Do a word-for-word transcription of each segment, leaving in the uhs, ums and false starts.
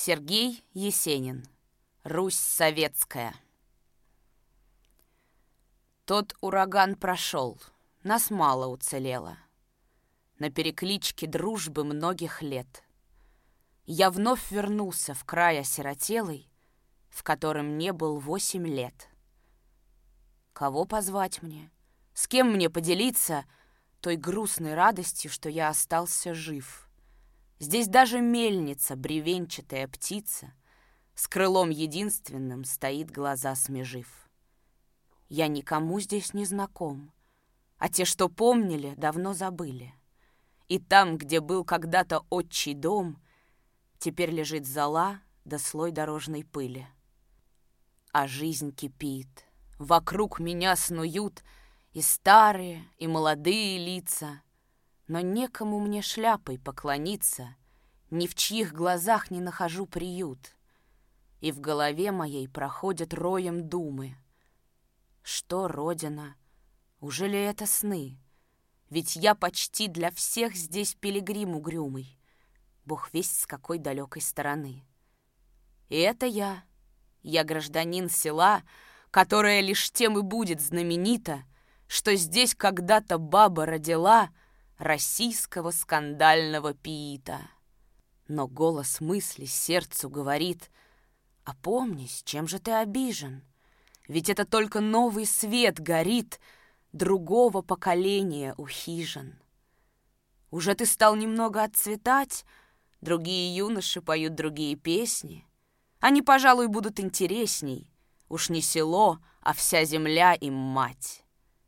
Сергей Есенин. Русь советская. Тот ураган прошел, нас мало уцелело. На перекличке дружбы многих лет я вновь вернулся в край осиротелый, в котором не был восемь лет. Кого позвать мне? С кем мне поделиться той грустной радостью, что я остался жив? Здесь даже мельница, бревенчатая птица, с крылом единственным стоит, глаза смежив. Я никому здесь не знаком, а те, что помнили, давно забыли. И там, где был когда-то отчий дом, теперь лежит зола да слой дорожной пыли. А жизнь кипит, вокруг меня снуют и старые, и молодые лица, но некому мне шляпой поклониться, ни в чьих глазах не нахожу приют. И в голове моей проходят роем думы. Что Родина? Уже ли это сны? Ведь я почти для всех здесь пилигрим угрюмый, бог весть с какой далекой стороны. И это я, я гражданин села, которое лишь тем и будет знаменита, что здесь когда-то баба родила российского скандального пиита. Но голос мысли сердцу говорит: опомнись, чем же ты обижен? Ведь это только новый свет горит другого поколения у хижин. Уже ты стал немного отцветать, другие юноши поют другие песни. Они, пожалуй, будут интересней. Уж не село, а вся земля им мать.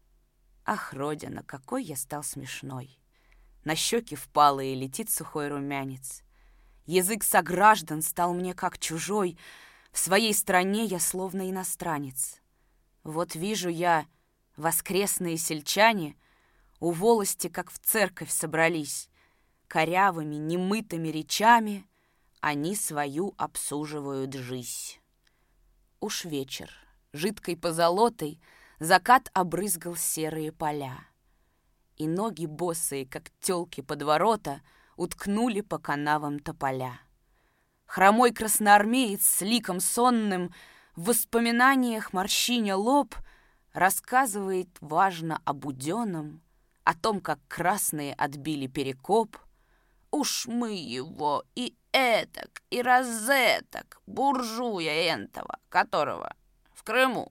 Ах, Родина, какой я стал смешной! На щеки впалые летит сухой румянец. Язык сограждан стал мне как чужой. В своей стране я словно иностранец. Вот вижу я, воскресные сельчане у волости, как в церковь, собрались. Корявыми, немытыми речами они свою обсуживают жизнь. Уж вечер, жидкой позолотой, закат обрызгал серые поля. И ноги босые, как тёлки под ворота, уткнули по канавам тополя. Хромой красноармеец с ликом сонным в воспоминаниях морщиня лоб рассказывает важно о Будённом, о том, как красные отбили Перекоп. Уж мы его и этак, и розеток, буржуя энтова, которого в Крыму.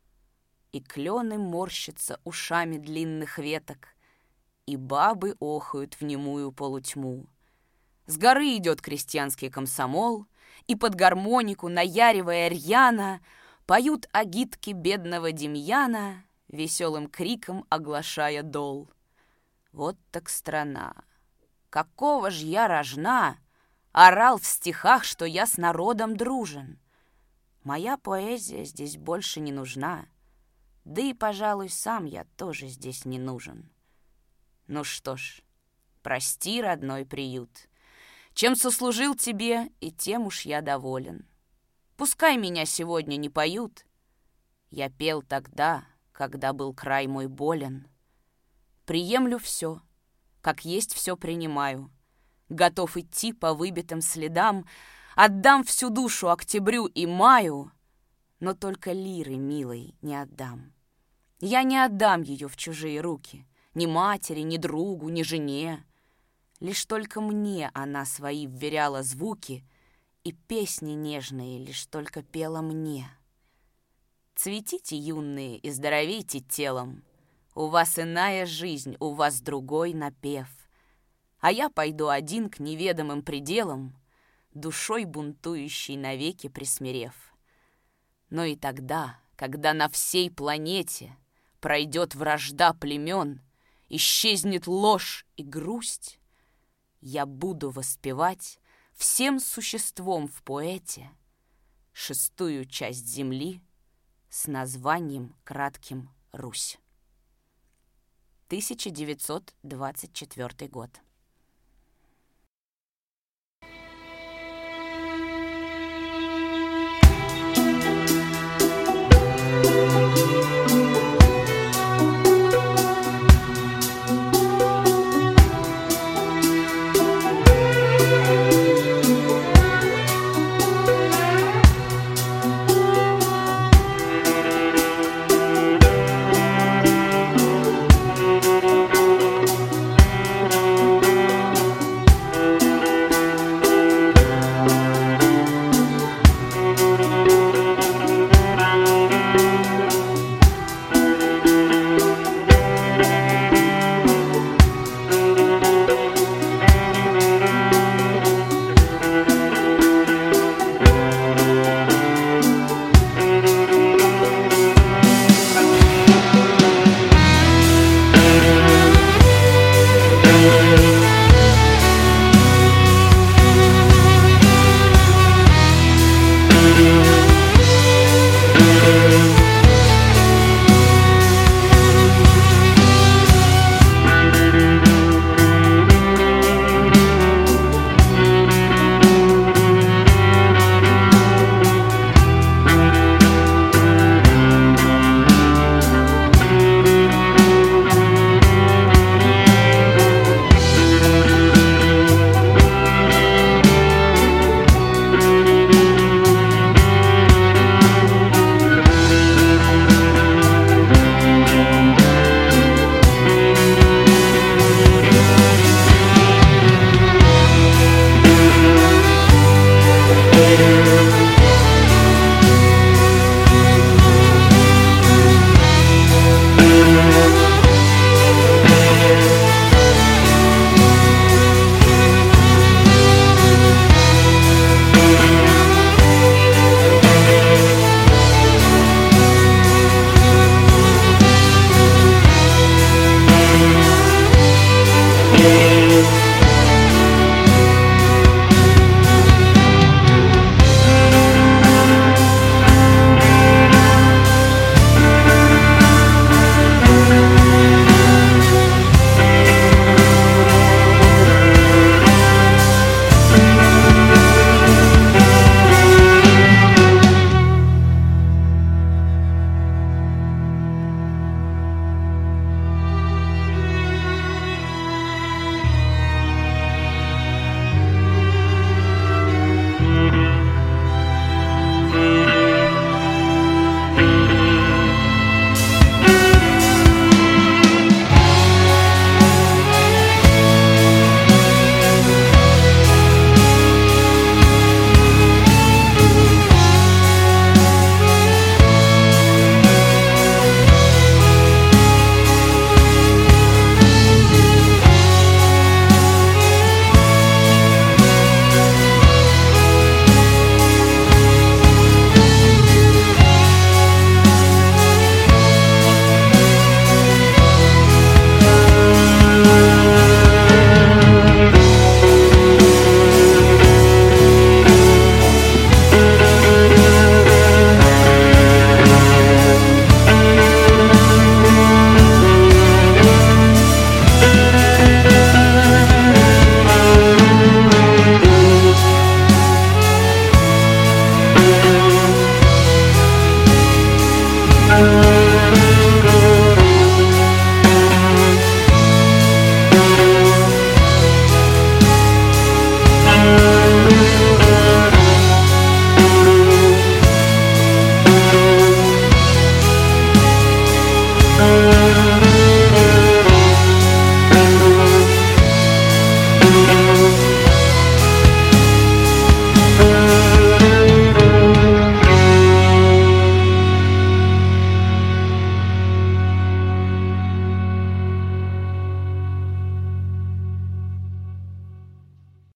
И клены морщатся ушами длинных веток, и бабы охают в немую полутьму. С горы идет крестьянский комсомол, и под гармонику, наяривая рьяно, поют агитки бедного Демьяна, веселым криком оглашая дол. Вот так страна! Какого ж я рожна! Орал в стихах, что я с народом дружен. Моя поэзия здесь больше не нужна, да и, пожалуй, сам я тоже здесь не нужен. Ну что ж, прости, родной приют. Чем сослужил тебе, и тем уж я доволен. Пускай меня сегодня не поют. Я пел тогда, когда был край мой болен. Приемлю все, как есть все принимаю. Готов идти по выбитым следам, отдам всю душу октябрю и маю, но только лиры милой не отдам. Я не отдам ее в чужие руки, ни матери, ни другу, ни жене. Лишь только мне она свои вверяла звуки, и песни нежные лишь только пела мне. Цветите, юные, и здоровейте телом. У вас иная жизнь, у вас другой напев. А я пойду один к неведомым пределам, душой бунтующей навеки присмирев. Но и тогда, когда на всей планете пройдет вражда племен, исчезнет ложь и грусть, я буду воспевать всем существом в поэте шестую часть земли с названием кратким «Русь». тысяча девятьсот двадцать четвёртый год.